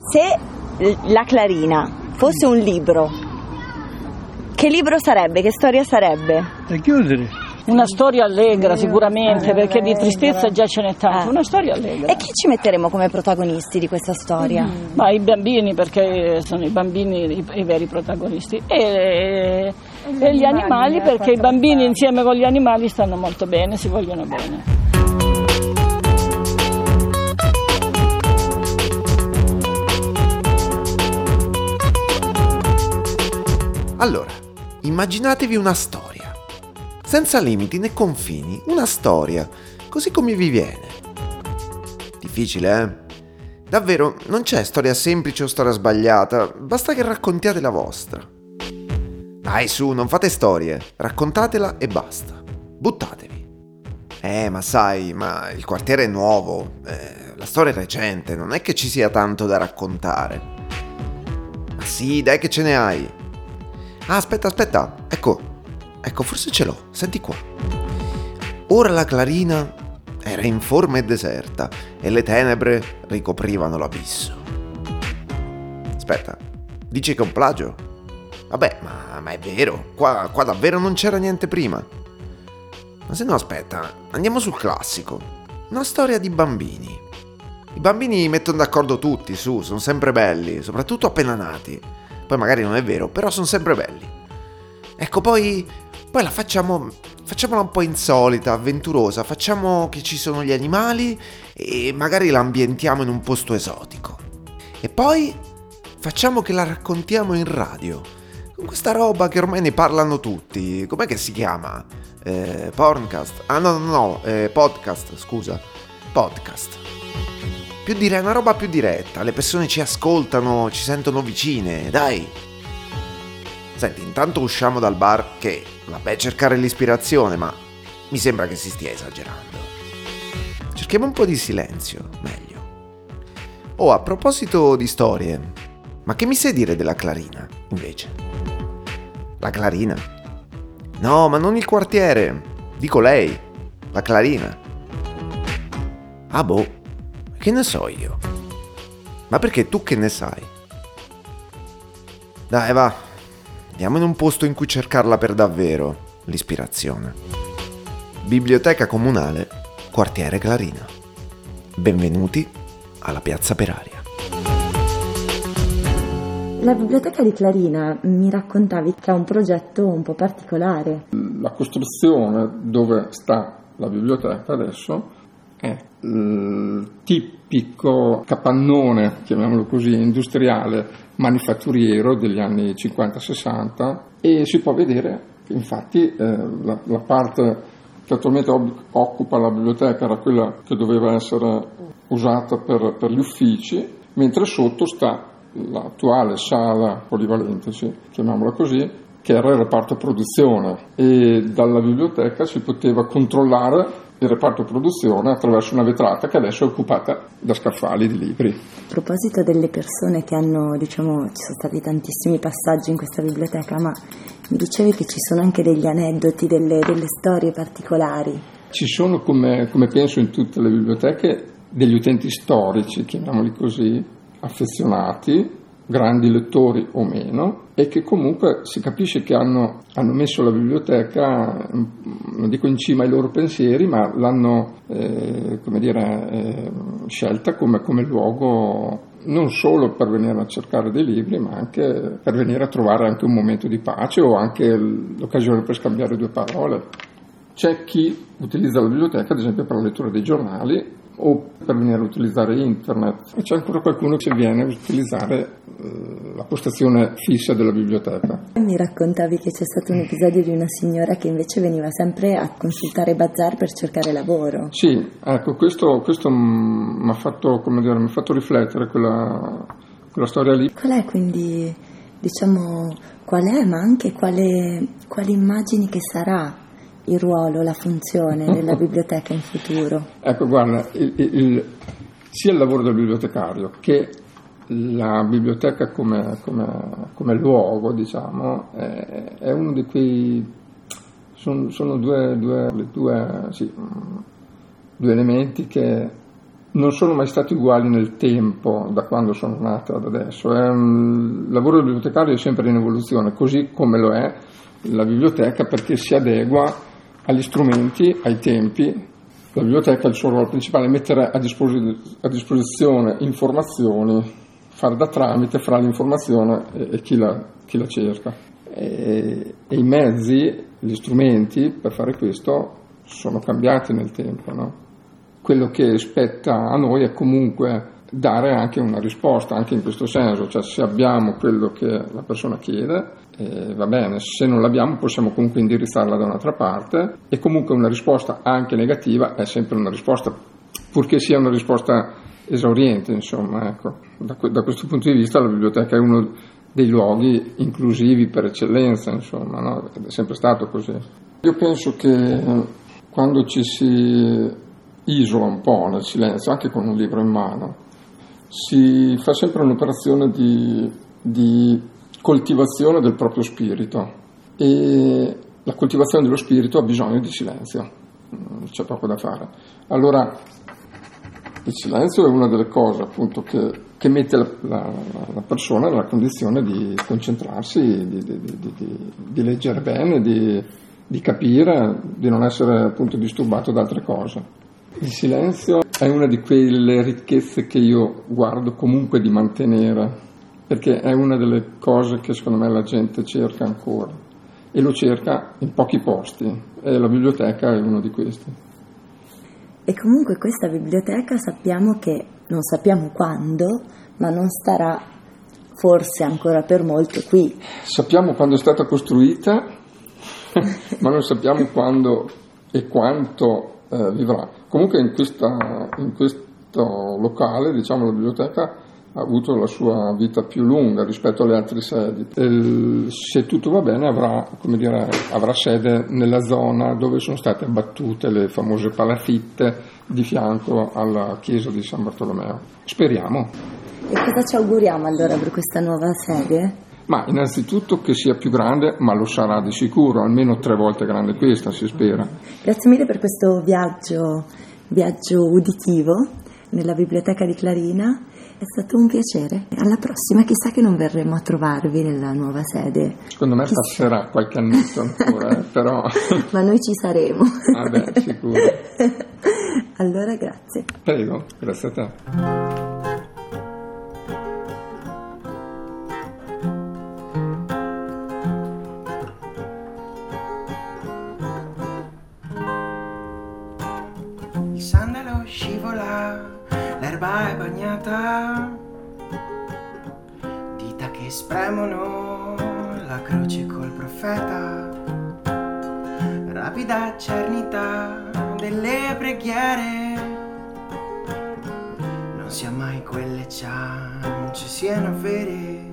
Se la Clarina fosse un libro, che libro sarebbe? Che storia sarebbe? Da chiudere. Una storia allegra sicuramente, perché di tristezza già ce n'è tanto. Una storia allegra. E chi ci metteremo come protagonisti di questa storia? Ma i bambini, perché sono i bambini i veri protagonisti, e gli animali, perché i bambini insieme con gli animali stanno molto bene, si vogliono bene. Allora, immaginatevi una storia, senza limiti né confini, una storia, così come vi viene. Difficile, eh? Davvero, non c'è storia semplice o storia sbagliata, basta che raccontiate la vostra. Dai su, non fate storie, raccontatela e basta. Buttatevi. Ma sai, ma il quartiere è nuovo, la storia è recente, non è che ci sia tanto da raccontare. Ma sì, dai che ce ne hai. Ah, aspetta, ecco, forse ce l'ho, senti qua. Ora la Clarina era informe e deserta e le tenebre ricoprivano l'abisso. Aspetta, dici che è un plagio? Vabbè, ma è vero, qua davvero non c'era niente prima. Ma se no, aspetta, andiamo sul classico, una storia di bambini. I bambini mettono d'accordo tutti, su, sono sempre belli, soprattutto appena nati. Poi magari non è vero, però sono sempre belli. Ecco, poi la facciamola un po' insolita, avventurosa. Facciamo che ci sono gli animali e magari la ambientiamo in un posto esotico. E poi facciamo che la raccontiamo in radio, con questa roba che ormai ne parlano tutti. Com'è che si chiama? Porncast? Ah no, podcast, scusa. Podcast. Una roba più diretta, le persone ci ascoltano, ci sentono vicine, dai. Senti, intanto usciamo dal bar che, vabbè, cercare l'ispirazione, ma mi sembra che si stia esagerando. Cerchiamo un po' di silenzio, meglio. Oh, a proposito di storie, ma che mi sai dire della Clarina, invece? La Clarina? No, ma non il quartiere, dico lei, la Clarina. Ah boh. Che ne so io? Ma perché tu che ne sai? Dai, va. Andiamo in un posto in cui cercarla per davvero, l'ispirazione. Biblioteca Comunale, quartiere Clarina. Benvenuti alla Piazza per Aria. La biblioteca di Clarina, mi raccontavi che ha un progetto un po' particolare. La costruzione dove sta la biblioteca adesso è il tipico capannone, chiamiamolo così, industriale, manifatturiero degli anni 50-60, e si può vedere che infatti la parte che attualmente occupa la biblioteca era quella che doveva essere usata per gli uffici, mentre sotto sta l'attuale sala polivalente, sì, chiamiamola così, che era il reparto produzione, e dalla biblioteca si poteva controllare il reparto produzione attraverso una vetrata che adesso è occupata da scaffali di libri. A proposito delle persone che hanno, ci sono stati tantissimi passaggi in questa biblioteca, ma mi dicevi che ci sono anche degli aneddoti, delle storie particolari. Ci sono, come penso in tutte le biblioteche, degli utenti storici, chiamiamoli così, affezionati, grandi lettori o meno, e che comunque si capisce che hanno messo la biblioteca, non dico in cima ai loro pensieri, ma l'hanno scelta come luogo non solo per venire a cercare dei libri, ma anche per venire a trovare anche un momento di pace o anche l'occasione per scambiare due parole. C'è chi utilizza la biblioteca, ad esempio, per la lettura dei giornali o per venire a utilizzare internet, e c'è ancora qualcuno che viene a utilizzare la postazione fissa della biblioteca. Mi raccontavi che c'è stato un episodio di una signora che invece veniva sempre a consultare Bazar per cercare lavoro. Sì, ecco, questo mi ha fatto riflettere quella storia lì. Qual è quindi, qual è, ma anche quali immagini che sarà il ruolo, la funzione della biblioteca in futuro? Ecco, guarda, sia il lavoro del bibliotecario che la biblioteca come luogo, diciamo, è uno di quei... sono due elementi che non sono mai stati uguali nel tempo, da quando sono nato ad adesso. Il lavoro del bibliotecario è sempre in evoluzione, così come lo è la biblioteca, perché si adegua agli strumenti, ai tempi. La biblioteca il suo ruolo principale è mettere a disposizione informazioni, fare da tramite fra l'informazione e chi la cerca. E i mezzi, gli strumenti per fare questo sono cambiati nel tempo, no? Quello che spetta a noi è comunque dare anche una risposta, anche in questo senso, cioè se abbiamo quello che la persona chiede, va bene, se non l'abbiamo possiamo comunque indirizzarla da un'altra parte, e comunque una risposta anche negativa è sempre una risposta, purché sia una risposta esauriente, insomma, ecco. Da questo punto di vista la biblioteca è uno dei luoghi inclusivi per eccellenza, insomma, no? È sempre stato così. Io penso che quando ci si isola un po' nel silenzio, anche con un libro in mano, si fa sempre un'operazione di coltivazione del proprio spirito, e la coltivazione dello spirito ha bisogno di silenzio, c'è poco da fare. Allora il silenzio è una delle cose appunto che mette la persona nella condizione di concentrarsi, di leggere bene, di capire, di non essere appunto disturbato da altre cose. Il silenzio è una di quelle ricchezze che io guardo comunque di mantenere, perché è una delle cose che secondo me la gente cerca ancora, e lo cerca in pochi posti, e la biblioteca è uno di questi. E comunque questa biblioteca sappiamo che, non sappiamo quando, ma non starà forse ancora per molto qui. Sappiamo quando è stata costruita, ma non sappiamo quando e quanto vivrà. Comunque in questo locale, diciamo, la biblioteca ha avuto la sua vita più lunga rispetto alle altre sedi. Se tutto va bene avrà sede nella zona dove sono state abbattute le famose palafitte di fianco alla chiesa di San Bartolomeo. Speriamo. E cosa ci auguriamo allora per questa nuova sede? Ma innanzitutto che sia più grande, ma lo sarà di sicuro, almeno 3 volte grande questa, si spera. Grazie mille per questo viaggio uditivo nella biblioteca di Clarina, è stato un piacere. Alla prossima, chissà che non verremo a trovarvi nella nuova sede. Secondo me passerà qualche annetto ancora, però... Ma noi ci saremo. Vabbè, sicuro. Allora, grazie. Prego, grazie a te. Scivola, l'erba è bagnata, dita che spremono la croce col profeta, rapida cernita delle preghiere, non sia mai quelle ciance siano vere,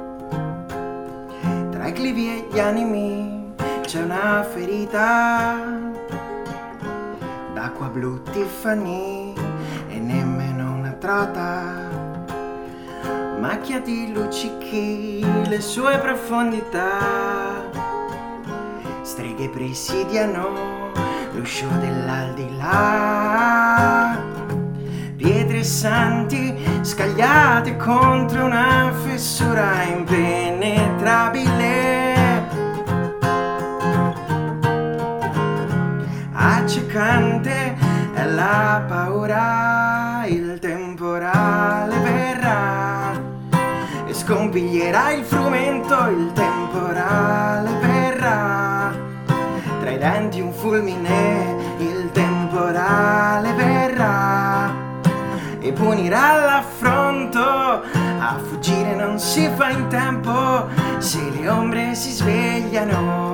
tra i clivi e gli animi c'è una ferita, d'acqua blu Tiffany e nemmeno una trota, macchia di luccichi le sue profondità, streghe presidiano l'uscio dell'aldilà, pietre santi scagliate contro una fessura impenetrabile, accecante è la paura, il temporale verrà e scompiglierà il frumento, il temporale verrà, tra i denti un fulmine, il temporale verrà e punirà l'affronto, a fuggire non si fa in tempo se le ombre si svegliano.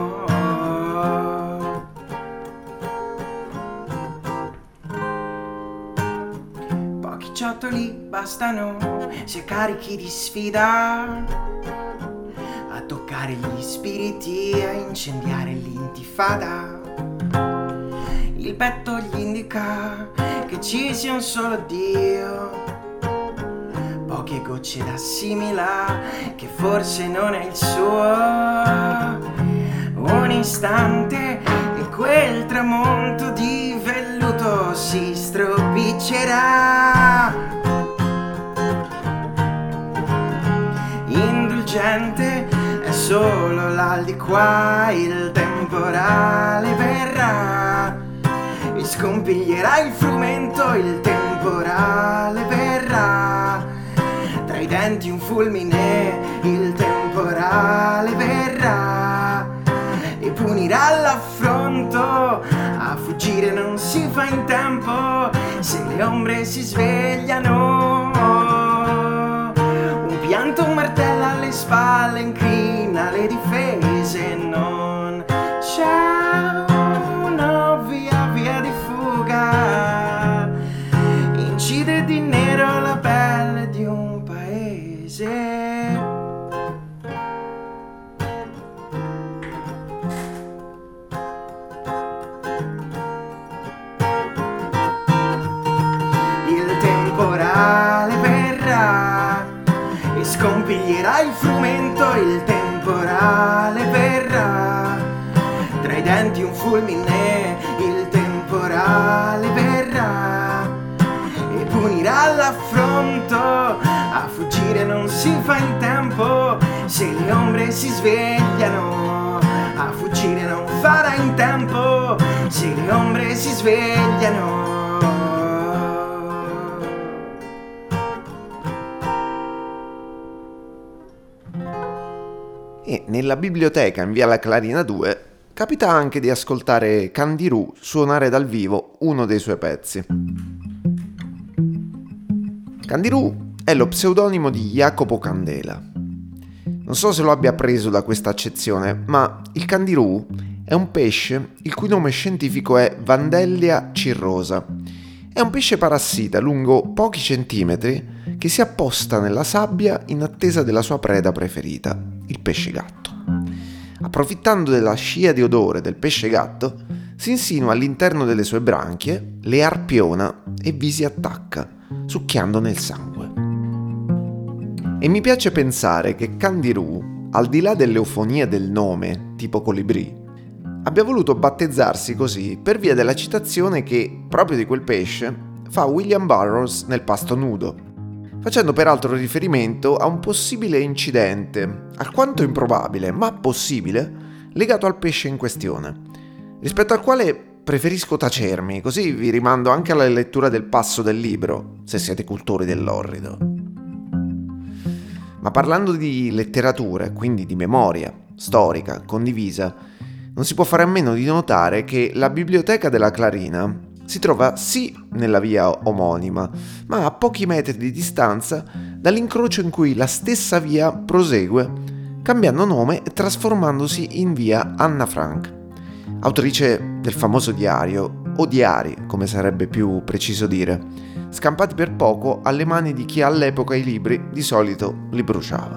Ciottoli bastano se carichi di sfida a toccare gli spiriti e a incendiare l'intifada. Il petto gli indica che ci sia un solo Dio, poche gocce d'assimila che forse non è il suo, un istante e quel tramonto di velluto si stropiccia vincerà. Indulgente è solo l'al di qua, il temporale verrà e scompiglierà il frumento, il temporale verrà. Tra i denti un fulmine, il temporale verrà e punirà l'affronto. A fuggire non si fa in tempo se le ombre si svegliano. Un pianto, un martello alle spalle incrina le difese. Non c'è una via di fuga, incide di nero la pelle di un paese. Il temporale verrà e scompiglierà il frumento, il temporale verrà. Tra i denti un fulmine, il temporale verrà e punirà l'affronto. A fuggire non si fa in tempo se le ombre si svegliano. A fuggire non farà in tempo se le ombre si svegliano. E nella biblioteca in via La Clarina 2 capita anche di ascoltare Candirù suonare dal vivo uno dei suoi pezzi. Candirù è lo pseudonimo di Jacopo Candela. Non so se lo abbia preso da questa accezione, ma il candirù è un pesce il cui nome scientifico è Vandellia cirrosa. È un pesce parassita lungo pochi centimetri che si apposta nella sabbia in attesa della sua preda preferita, il pesce gatto. Approfittando della scia di odore del pesce gatto, si insinua all'interno delle sue branchie, le arpiona e vi si attacca, succhiandone il sangue. E mi piace pensare che Candirù, al di là dell'eufonia del nome, tipo colibrì, abbia voluto battezzarsi così per via della citazione che, proprio di quel pesce, fa William Burroughs nel Pasto nudo, facendo peraltro riferimento a un possibile incidente, alquanto improbabile, ma possibile, legato al pesce in questione, rispetto al quale preferisco tacermi, così vi rimando anche alla lettura del passo del libro, se siete cultori dell'orrido. Ma parlando di letteratura, quindi di memoria storica condivisa, non si può fare a meno di notare che la biblioteca della Clarina si trova sì nella via omonima, ma a pochi metri di distanza dall'incrocio in cui la stessa via prosegue, cambiando nome e trasformandosi in via Anna Frank, autrice del famoso diario, o diari come sarebbe più preciso dire, scampati per poco alle mani di chi all'epoca i libri di solito li bruciava.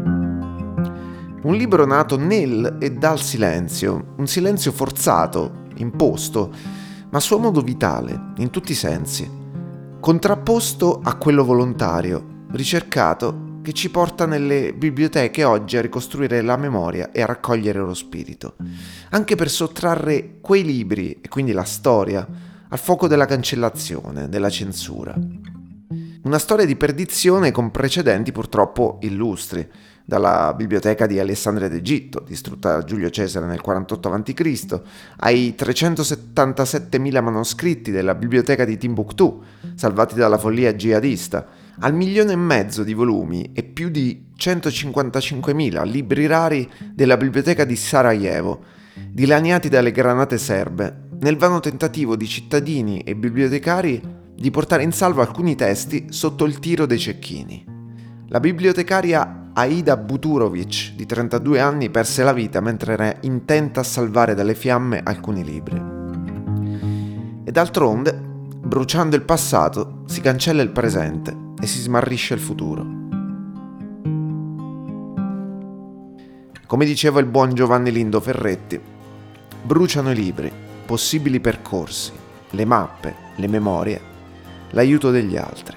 Un libro nato nel e dal silenzio, un silenzio forzato, imposto, ma a suo modo vitale, in tutti i sensi, contrapposto a quello volontario, ricercato, che ci porta nelle biblioteche oggi a ricostruire la memoria e a raccogliere lo spirito, anche per sottrarre quei libri, e quindi la storia, al fuoco della cancellazione, della censura. Una storia di perdizione con precedenti purtroppo illustri, dalla biblioteca di Alessandria d'Egitto, distrutta da Giulio Cesare nel 48 a.C., ai 377.000 manoscritti della biblioteca di Timbuktu, salvati dalla follia jihadista, al 1,5 milioni di volumi e più di 155.000 libri rari della biblioteca di Sarajevo, dilaniati dalle granate serbe, nel vano tentativo di cittadini e bibliotecari di portare in salvo alcuni testi sotto il tiro dei cecchini. La bibliotecaria Aida Buturovic, di 32 anni, perse la vita mentre era intenta a salvare dalle fiamme alcuni libri. E d'altronde, bruciando il passato, si cancella il presente e si smarrisce il futuro. Come diceva il buon Giovanni Lindo Ferretti, bruciano i libri, possibili percorsi, le mappe, le memorie, l'aiuto degli altri.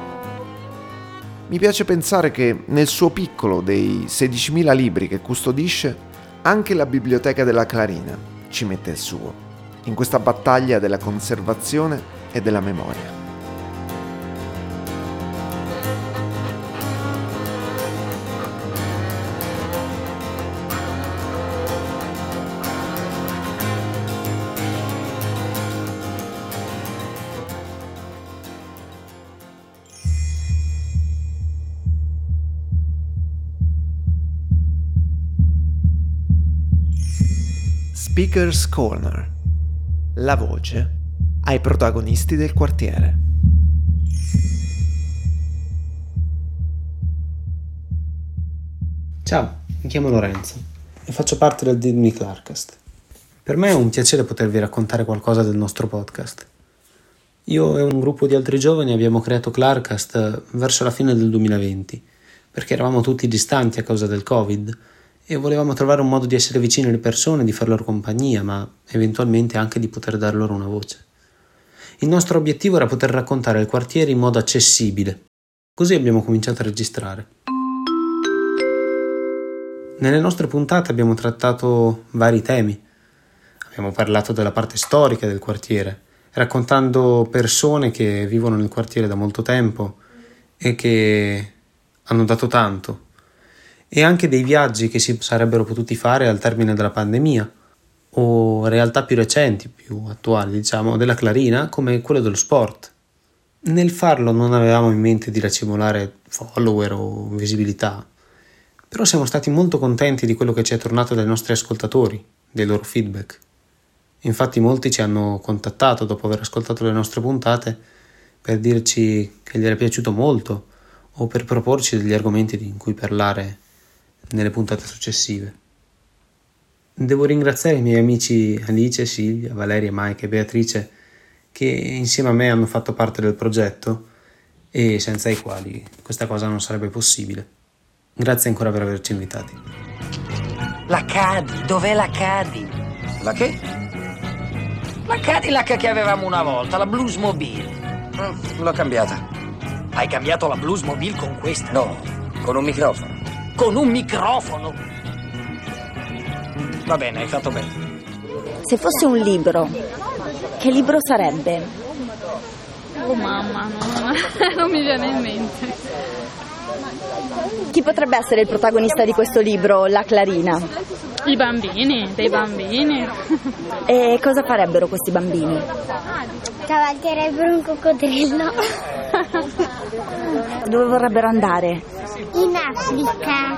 Mi piace pensare che nel suo piccolo dei 16.000 libri che custodisce, anche la biblioteca della Clarina ci mette il suo, in questa battaglia della conservazione e della memoria. Speaker's Corner. La voce ai protagonisti del quartiere. Ciao, mi chiamo Lorenzo e faccio parte del Did Me Clarkcast. Per me è un piacere potervi raccontare qualcosa del nostro podcast. Io e un gruppo di altri giovani abbiamo creato Clarkcast verso la fine del 2020, perché eravamo tutti distanti a causa del Covid e volevamo trovare un modo di essere vicini alle persone, di far loro compagnia, ma eventualmente anche di poter dar loro una voce. Il nostro obiettivo era poter raccontare il quartiere in modo accessibile. Così abbiamo cominciato a registrare. Nelle nostre puntate abbiamo trattato vari temi. Abbiamo parlato della parte storica del quartiere, raccontando persone che vivono nel quartiere da molto tempo e che hanno dato tanto, e anche dei viaggi che si sarebbero potuti fare al termine della pandemia, o realtà più recenti, più attuali, diciamo, della Clarina, come quello dello sport. Nel farlo non avevamo in mente di racimolare follower o visibilità, però siamo stati molto contenti di quello che ci è tornato dai nostri ascoltatori, dei loro feedback. Infatti molti ci hanno contattato dopo aver ascoltato le nostre puntate per dirci che gli era piaciuto molto o per proporci degli argomenti in cui parlare nelle puntate successive. Devo ringraziare i miei amici Alice, Silvia, Valeria, Mike e Beatrice che insieme a me hanno fatto parte del progetto e senza i quali questa cosa non sarebbe possibile. Grazie ancora per averci invitati. La Cadi, dov'è la Cadi? La che? La Cadillac che avevamo una volta, la Bluesmobile. L'ho cambiata. Hai cambiato la Bluesmobile con questa? No, con un microfono. Con un microfono? Va bene, hai fatto bene. Se fosse un libro, che libro sarebbe? Oh mamma, non mi viene in mente. Chi potrebbe essere il protagonista di questo libro, la Clarina? I bambini, dei bambini. E cosa farebbero questi bambini? Cavalcherebbero un coccodrillo. Dove vorrebbero andare? In Africa.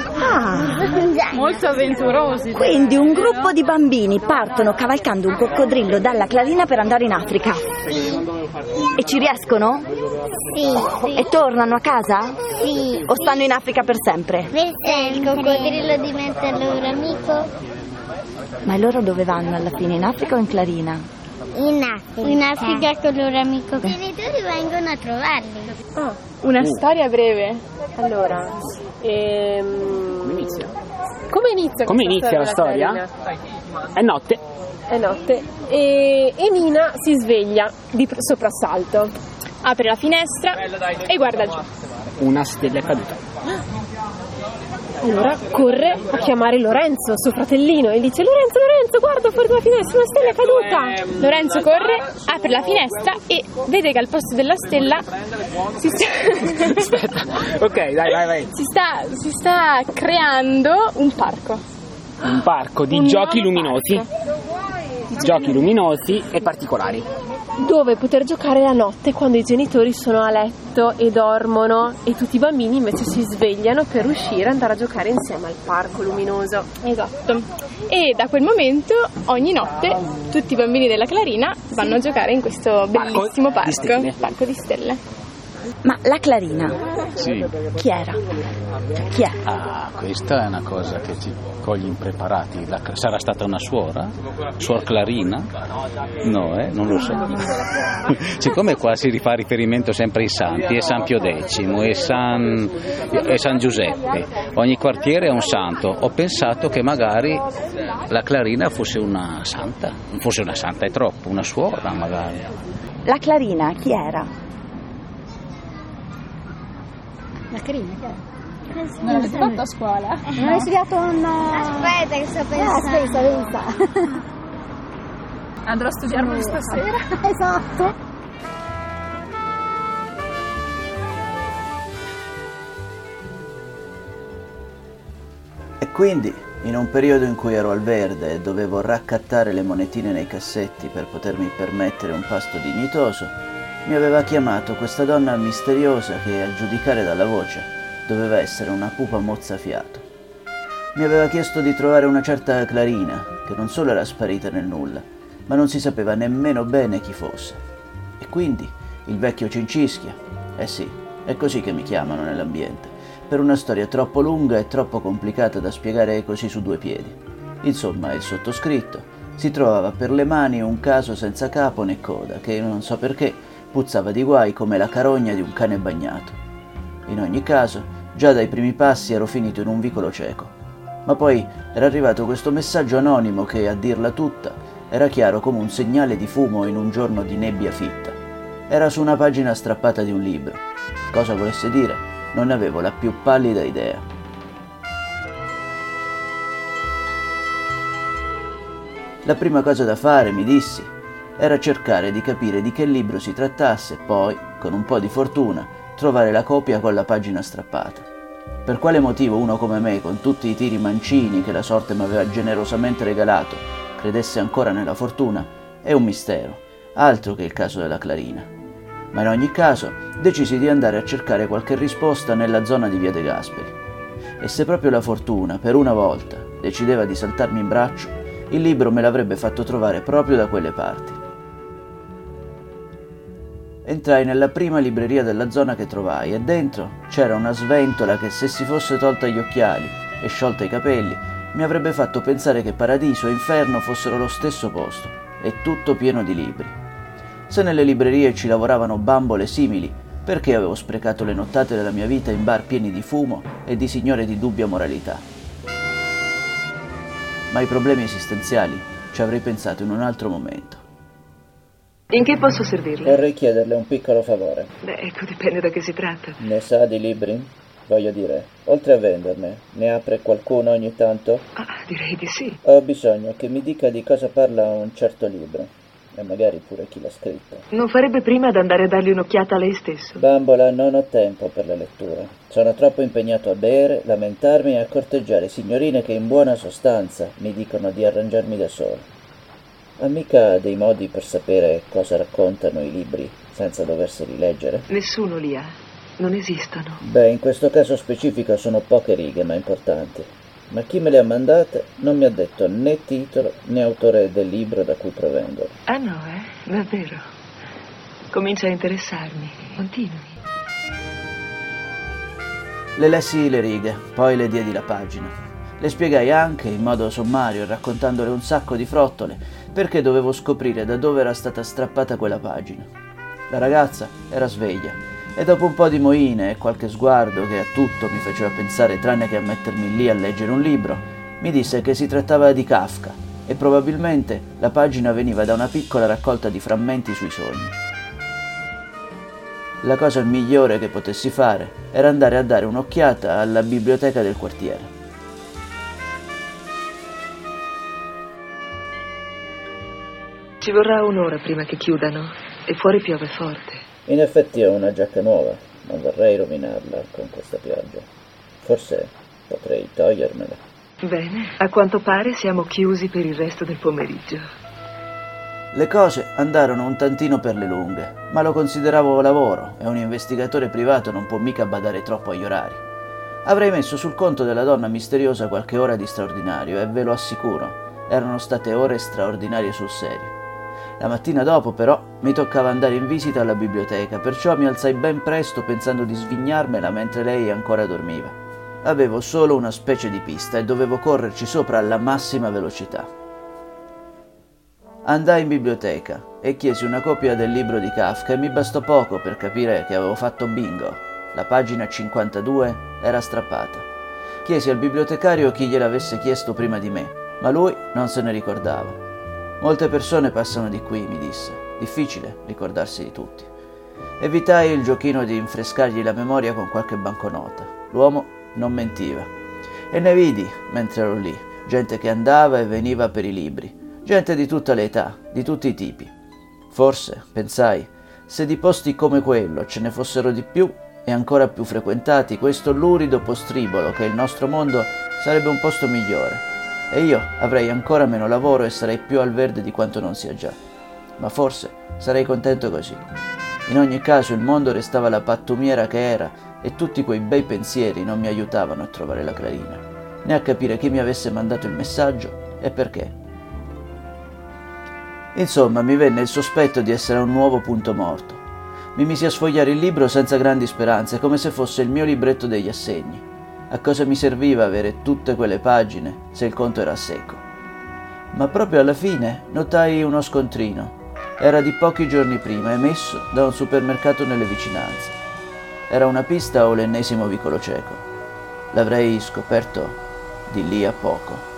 Molto avventurosi. Quindi un gruppo di bambini partono cavalcando un coccodrillo dalla Clarina per andare in Africa. Sì. E ci riescono? Sì. E tornano a casa? Sì. O stanno in Africa per sempre? Per sempre. Il coccodrillo diventa il loro amico. Ma e loro dove vanno alla fine? In Africa o in Clarina? In Africa. In Africa con il loro amico. I genitori vengono a trovarli. Una storia breve. Allora, come inizia? Come inizia la storia? È notte. E Nina si sveglia di soprassalto. Apre la finestra e guarda giù. Una stella è caduta. Allora corre a chiamare Lorenzo, suo fratellino, e dice: Lorenzo, guarda fuori dalla finestra, una stella è caduta. Lorenzo corre, apre la finestra e vede che al posto della stella si sta... Aspetta, ok, vai. Si sta creando un parco. Un parco di giochi luminosi. Giochi luminosi e particolari. Dove poter giocare la notte quando i genitori sono a letto e dormono e tutti i bambini invece si svegliano per uscire e andare a giocare insieme al parco luminoso. Esatto. E da quel momento ogni notte tutti i bambini della Clarina vanno a giocare in questo bellissimo parco di stelle. Ma la Clarina? Sì. Chi era? Chi è? Questa è una cosa che ci coglie impreparati. Sarà stata una suora? Suor Clarina? No, non lo so. Siccome qua si rifà riferimento sempre ai santi, e San Pio X e San Giuseppe, ogni quartiere è un santo, ho pensato che magari la Clarina fosse una santa. Non fosse una santa è troppo, una suora magari. La Clarina chi era? La Clarina che è? Non l'hai fatto a scuola? Non hai studiato Aspetta che sto pensando. Pensa. Andrò a studiarlo stasera. Esatto. E quindi, in un periodo in cui ero al verde e dovevo raccattare le monetine nei cassetti per potermi permettere un pasto dignitoso, mi aveva chiamato questa donna misteriosa che, a giudicare dalla voce, doveva essere una pupa mozzafiato. Mi aveva chiesto di trovare una certa Clarina, che non solo era sparita nel nulla, ma non si sapeva nemmeno bene chi fosse. E quindi il vecchio Cincischia, sì, è così che mi chiamano nell'ambiente, per una storia troppo lunga e troppo complicata da spiegare così su due piedi. Insomma, il sottoscritto si trovava per le mani un caso senza capo né coda, che non so perché puzzava di guai come la carogna di un cane bagnato. In ogni caso, già dai primi passi ero finito in un vicolo cieco. Ma poi era arrivato questo messaggio anonimo che, a dirla tutta, era chiaro come un segnale di fumo in un giorno di nebbia fitta. Era su una pagina strappata di un libro. Cosa volesse dire? Non ne avevo la più pallida idea. La prima cosa da fare, mi dissi, era cercare di capire di che libro si trattasse e poi, con un po' di fortuna, trovare la copia con la pagina strappata. Per quale motivo uno come me, con tutti i tiri mancini che la sorte mi aveva generosamente regalato, credesse ancora nella fortuna, è un mistero, altro che il caso della Clarina. Ma in ogni caso decisi di andare a cercare qualche risposta nella zona di Via De Gasperi. E se proprio la fortuna, per una volta, decideva di saltarmi in braccio, il libro me l'avrebbe fatto trovare proprio da quelle parti. Entrai nella prima libreria della zona che trovai e dentro c'era una sventola che, se si fosse tolta gli occhiali e sciolta i capelli, mi avrebbe fatto pensare che paradiso e inferno fossero lo stesso posto, e tutto pieno di libri. Se nelle librerie ci lavoravano bambole simili, perché avevo sprecato le nottate della mia vita in bar pieni di fumo e di signore di dubbia moralità? Ma ai problemi esistenziali ci avrei pensato in un altro momento. In che posso servirle? Vorrei chiederle un piccolo favore. Beh, ecco, dipende da che si tratta. Ne sa di libri? Voglio dire, oltre a venderne, ne apre qualcuno ogni tanto? Direi di sì. Ho bisogno che mi dica di cosa parla un certo libro, e magari pure chi l'ha scritto. Non farebbe prima ad andare a dargli un'occhiata a lei stesso? Bambola, non ho tempo per la lettura. Sono troppo impegnato a bere, lamentarmi e a corteggiare signorine che in buona sostanza mi dicono di arrangiarmi da solo. Ha mica dei modi per sapere cosa raccontano i libri senza doverseli leggere? Nessuno li ha. Non esistono. Beh, in questo caso specifico sono poche righe, ma importanti. Ma chi me le ha mandate non mi ha detto né titolo né autore del libro da cui provengono. Ah no, davvero? Comincia a interessarmi. Continui. Le lessi le righe, poi le diedi la pagina. Le spiegai anche, in modo sommario, raccontandole un sacco di frottole, perché dovevo scoprire da dove era stata strappata quella pagina. La ragazza era sveglia, e dopo un po' di moine e qualche sguardo che a tutto mi faceva pensare tranne che a mettermi lì a leggere un libro, mi disse che si trattava di Kafka, e probabilmente la pagina veniva da una piccola raccolta di frammenti sui sogni. La cosa migliore che potessi fare era andare a dare un'occhiata alla biblioteca del quartiere. Ci vorrà un'ora prima che chiudano e fuori piove forte. In effetti ho una giacca nuova, non vorrei rovinarla con questa pioggia. Forse potrei togliermela. Bene, a quanto pare siamo chiusi per il resto del pomeriggio. Le cose andarono un tantino per le lunghe, ma lo consideravo lavoro e un investigatore privato non può mica badare troppo agli orari. Avrei messo sul conto della donna misteriosa qualche ora di straordinario e ve lo assicuro, erano state ore straordinarie sul serio. La mattina dopo, però, mi toccava andare in visita alla biblioteca, perciò mi alzai ben presto pensando di svignarmela mentre lei ancora dormiva. Avevo solo una specie di pista e dovevo correrci sopra alla massima velocità. Andai in biblioteca e chiesi una copia del libro di Kafka e mi bastò poco per capire che avevo fatto bingo. La pagina 52 era strappata. Chiesi al bibliotecario chi gliel'avesse chiesto prima di me, ma lui non se ne ricordava. Molte persone passano di qui, mi disse. Difficile ricordarsi di tutti. Evitai il giochino di rinfrescargli la memoria con qualche banconota. L'uomo non mentiva. E ne vidi, mentre ero lì, gente che andava e veniva per i libri. Gente di tutta l'età, di tutti i tipi. Forse, pensai, se di posti come quello ce ne fossero di più e ancora più frequentati, questo lurido postribolo che è il nostro mondo sarebbe un posto migliore. E io avrei ancora meno lavoro e sarei più al verde di quanto non sia già. Ma forse sarei contento così. In ogni caso il mondo restava la pattumiera che era e tutti quei bei pensieri non mi aiutavano a trovare la Clarina, né a capire chi mi avesse mandato il messaggio e perché. Insomma, mi venne il sospetto di essere a un nuovo punto morto. Mi misi a sfogliare il libro senza grandi speranze, come se fosse il mio libretto degli assegni. A cosa mi serviva avere tutte quelle pagine se il conto era a secco? Ma proprio alla fine notai uno scontrino. Era di pochi giorni prima, emesso da un supermercato nelle vicinanze. Era una pista o l'ennesimo vicolo cieco? L'avrei scoperto di lì a poco.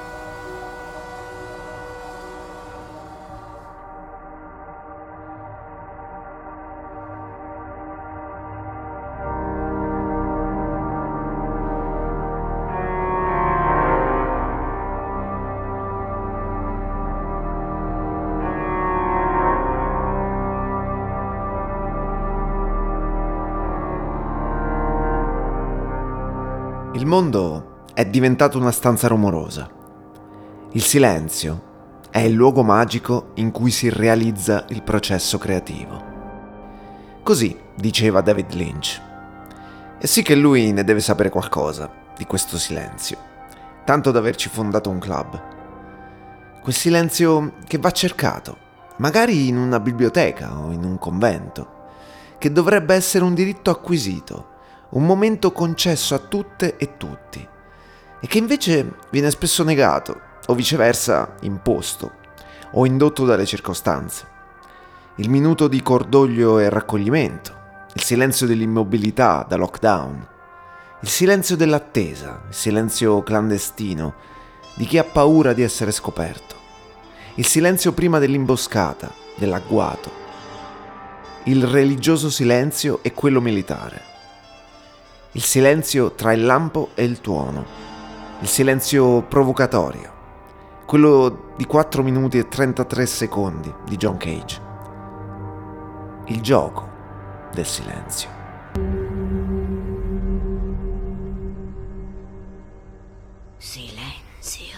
Il mondo è diventato una stanza rumorosa. Il silenzio è il luogo magico in cui si realizza il processo creativo. Così diceva David Lynch. E sì che lui ne deve sapere qualcosa di questo silenzio, tanto da averci fondato un club. Quel silenzio che va cercato, magari in una biblioteca o in un convento, che dovrebbe essere un diritto acquisito, un momento concesso a tutte e tutti, e che invece viene spesso negato o viceversa imposto o indotto dalle circostanze. Il minuto di cordoglio e raccoglimento, il silenzio dell'immobilità da lockdown, il silenzio dell'attesa, il silenzio clandestino di chi ha paura di essere scoperto, il silenzio prima dell'imboscata, dell'agguato, il religioso silenzio e quello militare. Il silenzio tra il lampo e il tuono, il silenzio provocatorio, quello di 4 minuti e 33 secondi di John Cage. Il gioco del silenzio. Silenzio.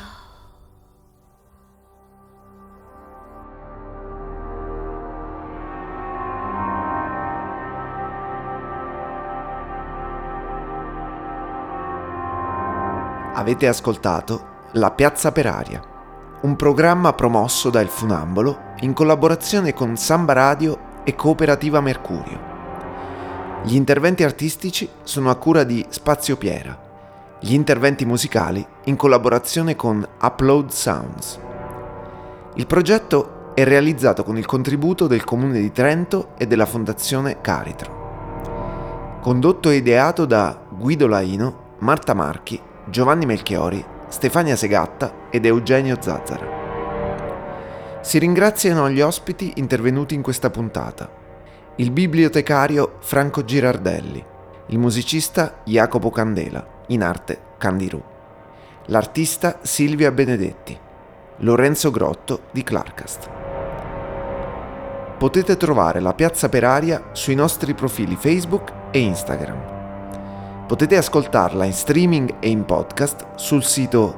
Avete ascoltato La Piazza per Aria, un programma promosso da Il Funambolo in collaborazione con Samba Radio e Cooperativa Mercurio. Gli interventi artistici sono a cura di Spazio Piera, gli interventi musicali in collaborazione con Upload Sounds. Il progetto è realizzato con il contributo del Comune di Trento e della Fondazione Caritro. Condotto e ideato da Guido Laino, Marta Marchi, Giovanni Melchiori, Stefania Segatta ed Eugenio Zazzara. Si ringraziano gli ospiti intervenuti in questa puntata: il bibliotecario Franco Girardelli, il musicista Jacopo Candela, in arte Candirù, l'artista Silvia Benedetti, Lorenzo Grotto di Clarkast. Potete trovare La Piazza per Aria sui nostri profili Facebook e Instagram. Potete ascoltarla in streaming e in podcast sul sito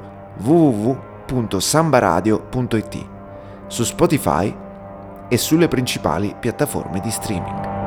www.sambaradio.it, su Spotify e sulle principali piattaforme di streaming.